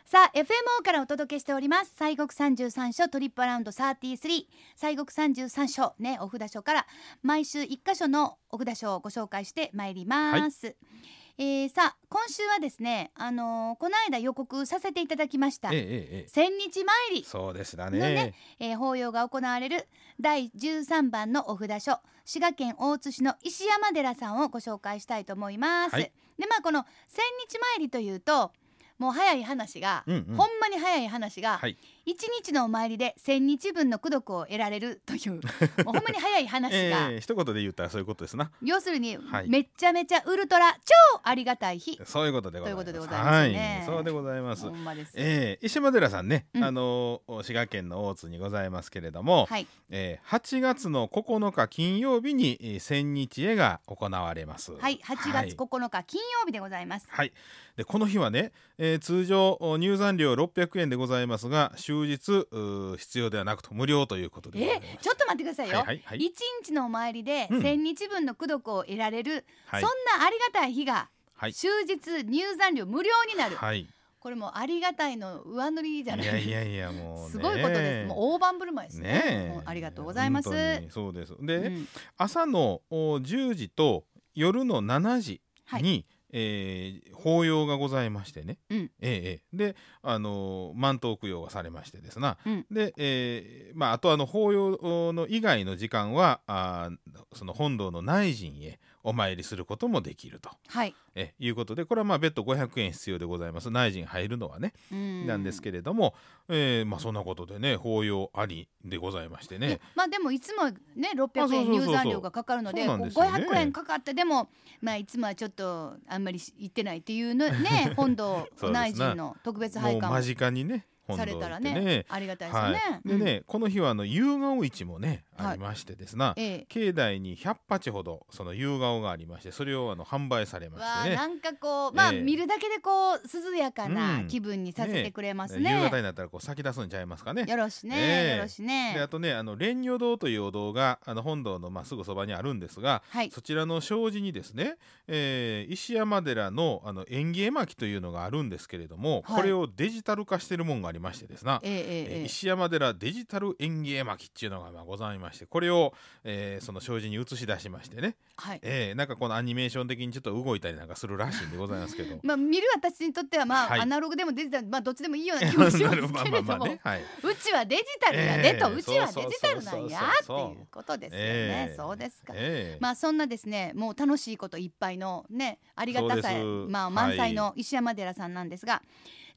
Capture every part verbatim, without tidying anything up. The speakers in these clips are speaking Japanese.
さあ エフエムオー からお届けしております西国三十三所トリップアラウンドさんじゅうさん、西国三十三所ね、お札所から毎週一箇所のお札所をご紹介してまいります、はい。えー、さあ今週はですね、あのー、この間予告させていただきました、ええええ、千日参りそうでしたね、 ね、 えー、法要が行われるだいじゅうさんばんのお札所、滋賀県大津市の石山寺さんをご紹介したいと思います、はい。でまあこの千日参りというともう早い話が、うんうん、ほんまに早い話が、はい、いちにちのお参りで千日分の功徳を得られるというもうほんまに早い話が、 えー、一言で言ったらそういうことですな。 要するに、はい、めちゃめちゃウルトラ超ありがたい日、 そういうことでございます。 ということでございますね、 はい、そうでございます。 ほんまです、 えー、石山寺さんね、うん、あの滋賀県の大津にございますけれども、はい、えー、はちがつのここのか金曜日に千日会が行われます。 はい、はちがつここのか金曜日でございます。 はい、でこの日はね、えー、通常入山料ろっぴゃくえんでございますが、終日必要ではなくと無料ということでございます。 えー、ちょっと待ってくださいよ、はいはいはい、いちにちのお参りで千日分の功徳を得られる、うん、そんなありがたい日が、はい、終日入山料無料になる、はい、これもありがたいの上塗りじゃないですか。 いやいやいやもう、ね、 すごいことです。もう大盤振る舞いです ね, ねありがとうございます。 本当にそうです。で、うん、朝のじゅうじと夜のしちじに、はいえー、法要がございましてね、うんえー、で、あのー、万灯供養がされましてですな、うん、で、えーまあ、あとあの法要の以外の時間はあその本堂の内陣へお参りすることもできると、はい、えいうことで、これはまあ別途ごひゃくえん必要でございます。内陣入るのはねなんですけれども、えーまあ、そんなことでね法要ありでございましてね、 まあでもいつもねろっぴゃくえん入山料がかかるので、ごひゃくえんかかってでも、まあ、いつもはちょっとあんまり行ってないっていうのね本堂内陣の特別拝観を間近にねされたら ね, ねありがたいですよね、はい、 でね、うん、この日はあの夕顔市もねありましてですな、はい、境内にひゃくはちほどその夕顔がありまして、それをあの販売されましてね、 なんかこうまあ、えー、見るだけでこう涼やかな気分にさせてくれます ね,、うん、ね夕方になったらこう咲き出すんちゃいますかね。 よろしね、えー、よろしね。 であとねあの蓮如堂というお堂があの本堂のまあすぐそばにあるんですが、はい、そちらの障子にですね、えー、石山寺 の, あの縁起絵巻というのがあるんですけれども、はい、これをデジタル化してるもんがありましてですな、えーえー、石山寺デジタル縁起絵巻っていうのがまあございまして、これを、えー、その障子に映し出しましてね、はいえー、なんかこのアニメーション的にちょっと動いたりなんかするらしいんでございますけどまあ見る私にとってはまあ、はい、アナログでもデジタル、まあ、どっちでもいいような気もしますけれどもまあまあまあ、ねはい、うちはデジタルやでと、えー、うちはデジタルなんやっていうことですよね、えー、そうですか、えー、まあそんなですねもう楽しいこといっぱいのねありがたさ、まあ、満載の石山寺さんなんですが、はい、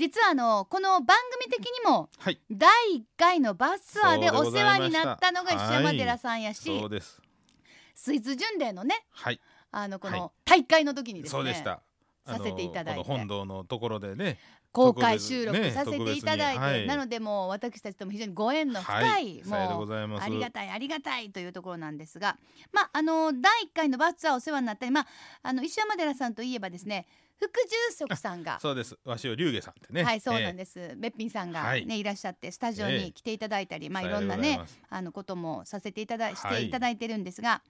実はあのこの番組的にもだいいっかいのバスツアーでお世話になったのが石山寺さんやし、はい、そうです。スイーツ巡礼のね、はい、あのこの大会の時にですね、そうでしたさせていただいて、 この本堂のところでね公開収録させていただいて、ねはい、なのでもう私たちとも非常にご縁の深い、はい、もうありがたいありがたいというところなんですが、まああのだいいっかいのバスツアーお世話になったり、まああの石山寺さんといえばですね副住職さんがそうです、鷲尾龍下さんってね、 はいそうなんです、えー、べっぴんさんが、ねはい、いらっしゃってスタジオに来ていただいたり、えー、まあいろんなねあのこともさせていただしていただいてるんですが、はい、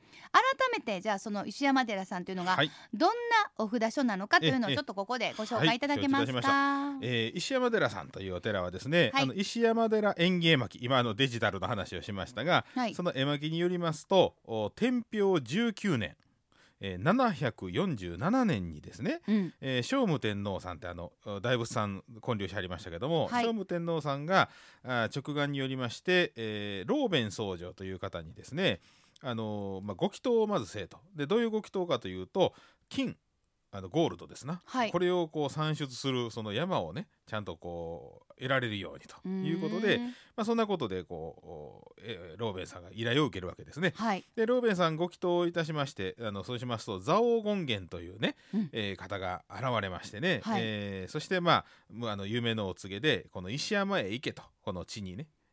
改めてじゃあその石山寺さんというのがどんなお札所なのかというのをちょっとここでご紹介いただけますか。 はい、えー、石山寺さんというお寺はですね、はい、あの石山寺縁起絵巻、今のデジタルの話をしましたが、はい、その絵巻によりますと天平じゅうきゅうねんえー、ななひゃくよんじゅうななねんにですね、うんえー、聖武天皇さんってあの大仏さん建立しはりましたけども、はい、聖武天皇さんがあ直眼によりまして、えー、老弁僧正という方にですね、あのーまあ、ご祈祷をまずせえと。でどういうご祈祷かというと、金あのゴールドですな、はい、これをこう算出するその山をねちゃんとこう得られるようにということで、まあ、そんなことでこう、えー、老弁さんが依頼を受けるわけですね、はい、で老弁さんご祈祷いたしまして、あのそうしますと蔵王権現というね、うんえー、方が現れましてね、はいえー、そしてまああの夢のお告げでこの石山へ行けと、この地にね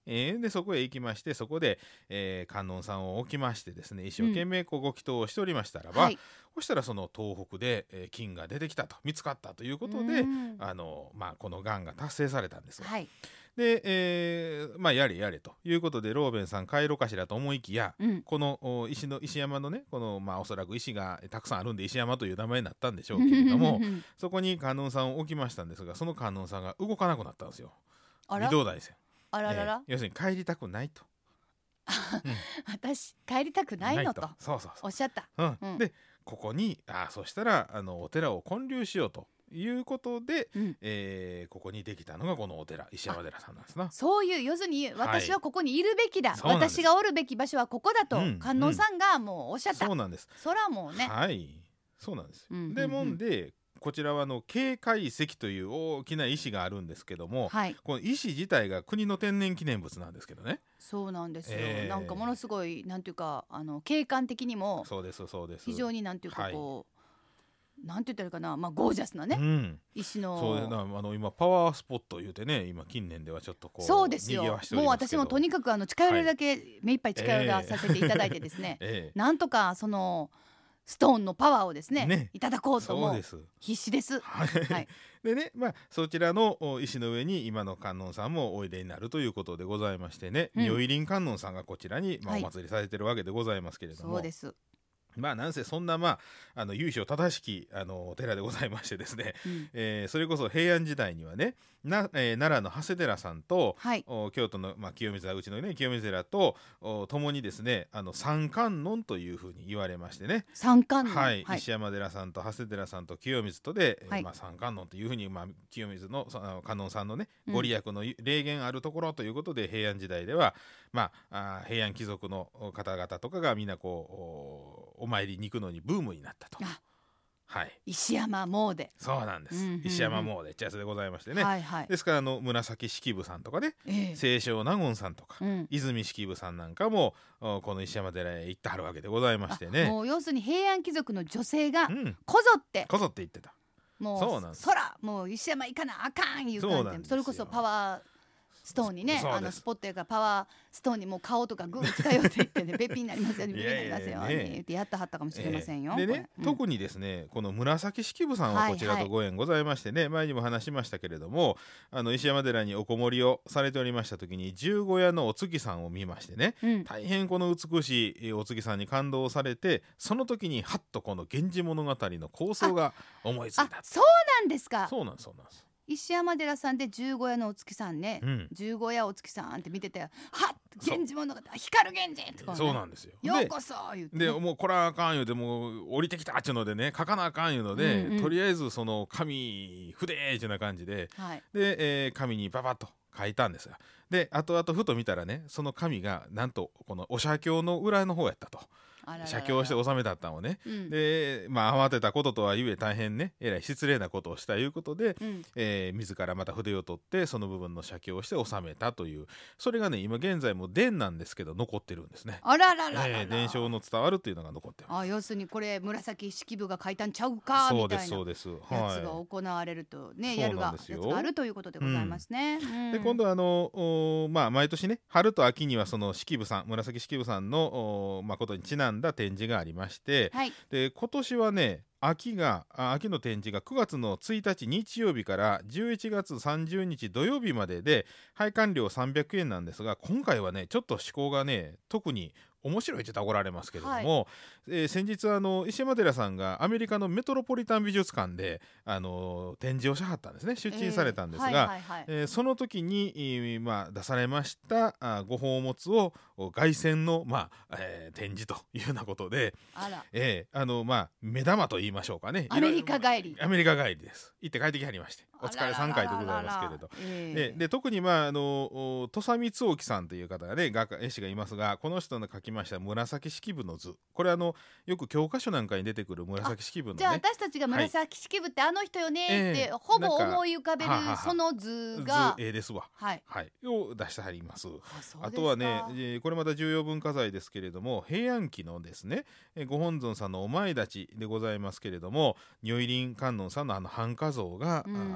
えー、でそこへ行きまして、そこで、えー、観音さんを置きましてですね、一生懸命こうご祈祷をしておりましたらば、うん、はい、そしたらその東北で、えー、金が出てきたと、見つかったということで、あの、まあ、このがんが達成されたんですが、はい、で、えーまあ、やれやれということでローベンさん帰ろうかしらと思いきや、うん、この石の石山のね、この、まあ、おそらく石がたくさんあるんで石山という名前になったんでしょうけれどもそこに観音さんを置きましたんですが、その観音さんが動かなくなったんですよ。 あら、 御堂台線、 あららら、 えー、要するに帰りたくないとうん、私帰りたくないのとそうそうそうおっしゃった、 うんうん、でここにあそしたらあのお寺を建立しようということで、うん、えー、ここにできたのがこのお寺、石山寺さんなんですな。 そういう、要するに私はここにいるべきだ、はい、私がおるべき場所はここだと、うん、観音さんがもうおっしゃった、うん、 そうなんです。 そらもうね、 はい、そうなんです、うんうんうん、でもんでこちらはあの慶海石という大きな石があるんですけども、はい、この石自体が国の天然記念物なんですけどね。 そうなんですよ、えー、なんかものすごいなんていうか、あの景観的にもそうですそうです、 非常になんていうかこう、はい、なんて言ったらいいかな、まあ、ゴージャスなね、うん、石のそうな、あの今パワースポット言うてね、今近年ではちょっとこうそうですよ、もう私もとにかくあの近寄れるだけ目いっぱい近寄らさせていただいてですね、えー、なんとかそのストーンのパワーをですね、ね、いただこうとも必死です。はい、 でね、まあ、そちらの石の上に今の観音さんもおいでになるということでございましてね、如意輪観音さんがこちらに、まあ、お祭りされてるわけでございますけれども、 はい、そうです。 まあなんせそんな、まあ、あの由緒正しきあのお寺でございましてですね、うん、えー、それこそ平安時代にはねな、えー、奈良の長谷寺さんと、はい、京都の、まあ、清水寺、うちのね清水寺と共にですね、あの三観音というふうに言われましてね、 三観音、 はい、はい、石山寺さんと長谷寺さんと清水とで、はい、まあ、三観音というふうに、まあ、清水の観音さんのねご利益の霊言あるところということで、うん、平安時代では、まあ、あ平安貴族の方々とかがみんなこうお参りに行くのにブームになったと。はい、 石山詣、 そうなんです、うんうんうん、石山詣ってやつでございましてね、はいはい、ですからあの紫式部さんとかね、えー、清少納言さんとか、うん、泉式部さんなんかもこの石山寺へ行ってはるわけでございましてね、 もう要するに平安貴族の女性がこぞって、うん、 こぞって行ってた、 もうそうなんです、そらもう石山行かなあかん言うたんで、それこそパワーストーンにね、あのスポットやからパワーストーンにもう顔とかグー近寄っていってねべっぴんになりますようにべっぴんになりますように言ってやったはったかもしれませんよ、 えー、でね、うん、特にですねこの紫式部さんはこちらとご縁ございましてね、はいはい、前にも話しましたけれども、あの石山寺におこもりをされておりました時に十五夜のお月さんを見ましてね、うん、大変この美しいお月さんに感動されて、その時にハッとこの源氏物語の構想が思いついた。 そうなんですか。 そうなんです、そうなんです。 石山寺さんで十五夜のお月さんね、うん、十五夜お月さんって見てて、はっ源氏物語光る源氏とか、ね、 そうなんですよ。 ようこそ言って、 ね、でもうこれはあかん言うて、もう降りてきたっちゅうのでね、書かなあかん言うので、うんうん、とりあえずその紙筆ーってな感じで、はい、で、えー、紙にパパッと書いたんですが、で後々ふと見たらね、その紙がなんとこのお写経の裏の方やったと。写経して納めだったのをね、うん、でまあ慌てたこととはゆえ大変ねえらい失礼なことをしたいうことで、うん、えー、自らまた筆を取ってその部分の写経をして納めたという、それがね今現在も伝なんですけど残ってるんですね。 あららららら、 えー、伝承の伝わるっていうのが残ってます。 あ、要するにこれ紫式部が書いたんちゃうかみたいなやつが行われるとね、やるがやつがあるということでございますね、うん、 で今度はあの、まあ、毎年ね春と秋にはその式部さん紫式部さんの、まあ、ことにちなんだ展示がありまして、はい、で今年はね秋が秋の展示がくがつのついたち日曜日からじゅういちがつさんじゅうにち土曜日までで拝観料さんびゃくえんなんですが、今回はねちょっと趣向がね特に面白いって言ったら怒られますけれども、はい、えー、先日あの石山寺さんがアメリカのメトロポリタン美術館であの展示をしはったんですね、出展されたんですが、その時に、えーまあ、出されましたあご宝物を凱旋の、まあえー、展示というようなことで、 あら、 えーあのまあ、目玉と言いましょうかね、 アメリカ帰りアメリカ帰りです。行って帰ってきはりまして、お疲れさんかいでございますけれど、えー、で特に、まあ、あの土佐光興さんという方がね画家絵師がいますが、この人の描きました紫式部の図、これあのよく教科書なんかに出てくる紫式部のね、 じゃあ私たちが紫式部ってあの人よねって、はい、ほぼ思い浮かべるその図が図絵ですわ、 はいはい、を出してはります。 あ, あとはね、えー、これまた重要文化財ですけれども、平安期のですねご本尊さんのお前立ちでございますけれども、如意輪観音さんのあの半跏像が、うん、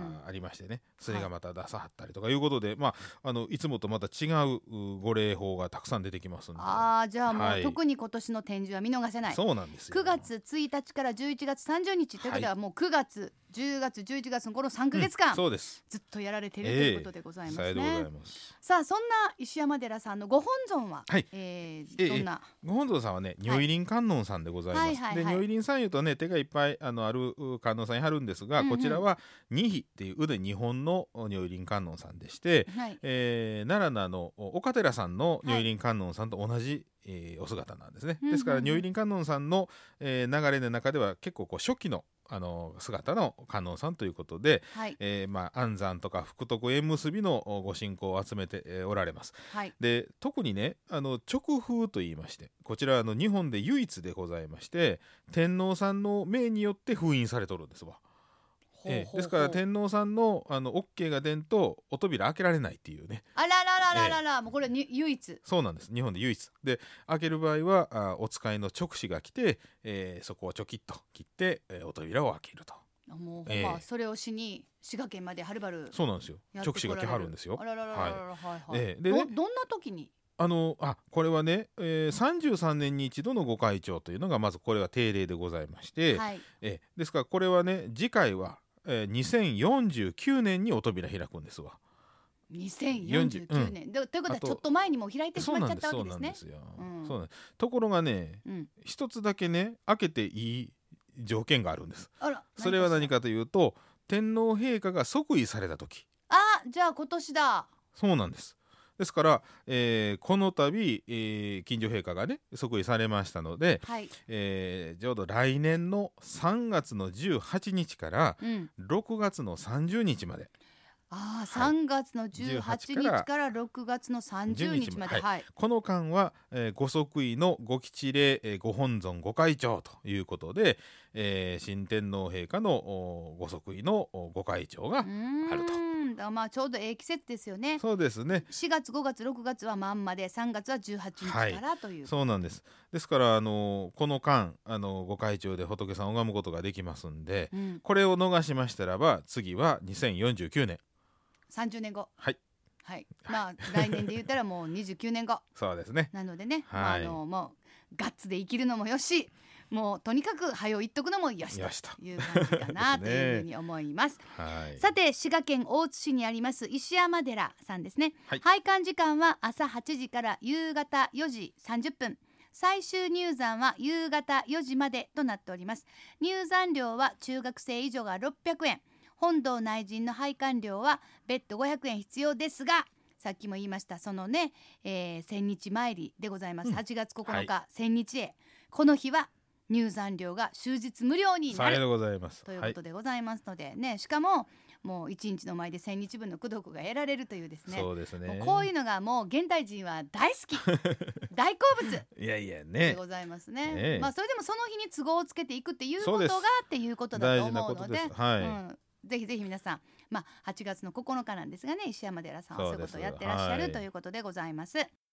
ありましてね、それがまた出さはったりとかいうことで、はい、まあ、あのいつもとまた違うご礼法がたくさん出てきますんで、 あーじゃあもう、はい、特に今年の展示は見逃せない。 そうなんですよ。 くがつついたちからじゅういちがつさんじゅうにちということは、もうくがつじゅうがつじゅういちがつのこのさんかげつかん、うん、 そうですずっとやられているということでございますね、 えー、さようでございます。 さあそんな石山寺さんのご本尊は、はい、えー、どんな、 えー、ご本尊さんはね、如意輪観音さんでございます、はいはいはいはい、で如意輪さんいうとね、手がいっぱい あのある観音さんに貼るんですが、うんうん、こちらはにひっていう腕にほんの如意輪観音さんでして、はい、えー、奈良のあの岡寺さんの如意輪観音さんと同じ、はい、えー、お姿なんですね。ですから如意輪観音さんの、えー、流れの中では結構こう初期のあの姿の観音さんということで、はい、えーまあ、安産とか福徳縁結びのご信仰を集めて、えー、おられます、はい、で特にね、あの直風といいまして、こちらはあの日本で唯一でございまして、天皇さんの命によって封印されとるんですわ。ほうほうほう、ええ、ですから天皇さんのあの OK が出んとお扉開けられないっていうね。 あらららららら、ええ、もうこれに唯一。 そうなんです、日本で唯一で、開ける場合はあお使いの勅使が来て、えー、そこをちょきっと切って、えー、お扉を開けると。 もう、えー、それをしに滋賀県まではるばる。 そうなんですよ、直使が来はるんですよ。 あららららら、はいはいはい、 えー、でね、 ど, どんな時にあのあこれはね、えー、さんじゅうさんねんに一度のご開帳というのがまずこれは定例でございまして、はい、えー、ですからこれはね、次回はえー、にせんよんじゅうきゅうねんにお扉開くんですわ。 にせんよんじゅうきゅうねん、うん、ということはちょっと前にも開いてしまっちゃったわけですね。 そうなんですよ、うん、ところがね、うん、一つだけね開けていい条件があるんです。あら、それは何かというと、天皇陛下が即位された時。 あ、じゃあ今年だ。 そうなんです。ですから、えー、この度、えー、金城陛下がね即位されましたので、はい、えー、ちょうど来年のさんがつのじゅうはちにちからろくがつのさんじゅうにちまで、 うん、あ、さんがつのじゅうはちにちからろくがつのさんじゅうにちまで、はいはい、 この間は、えー、ご即位のご吉礼、えー、ご本尊ご開帳ということで、えー、新天皇陛下のご即位のご開帳があると。 まあ、ちょうどええ季節ですよね。 そうですね。 しがつごがつろくがつはまんまで、さんがつはじゅうはちにちから、はい、という。 そうなんです。ですからあのこの間あのご開帳で仏さんを拝むことができますんで、うん、これを逃しましたらば次はにせんよんじゅうきゅうねん、 さんじゅうねんご、 はい、 はい、まあ来年で言ったらもうにじゅうきゅうねんごそうですね。 なのでね、はい、まあ、あのもうガッツで生きるのもよし、もうとにかく早う言っとくのもよしという感じかなというふうに思います。はい、さて滋賀県大津市にあります石山寺さんですね、はい、拝観時間は朝はちじから夕方よじさんじゅっぷん、最終入山は夕方よじまでとなっております。入山料は中学生以上がろっぴゃくえん、本堂内陣の拝観料は別途ごひゃくえん必要ですが、さっきも言いましたそのね、えー、千日参りでございます、うん、はちがつここのか、はい、千日へ、この日は入山料が終日無料になるということでございますのでね、しかももういちにちの前で千日分の功徳が得られるというですね、 そうですね、 もうこういうのがもう現代人は大好き大好物いやいやねでございますね。ね、まあそれでもその日に都合をつけていくっていうことがっていうことだと思うので、はい、うん、ぜひぜひ皆さん、まあ、はちがつのここのかなんですがね、石山寺さんはそういうことをやってらっしゃるということでございます。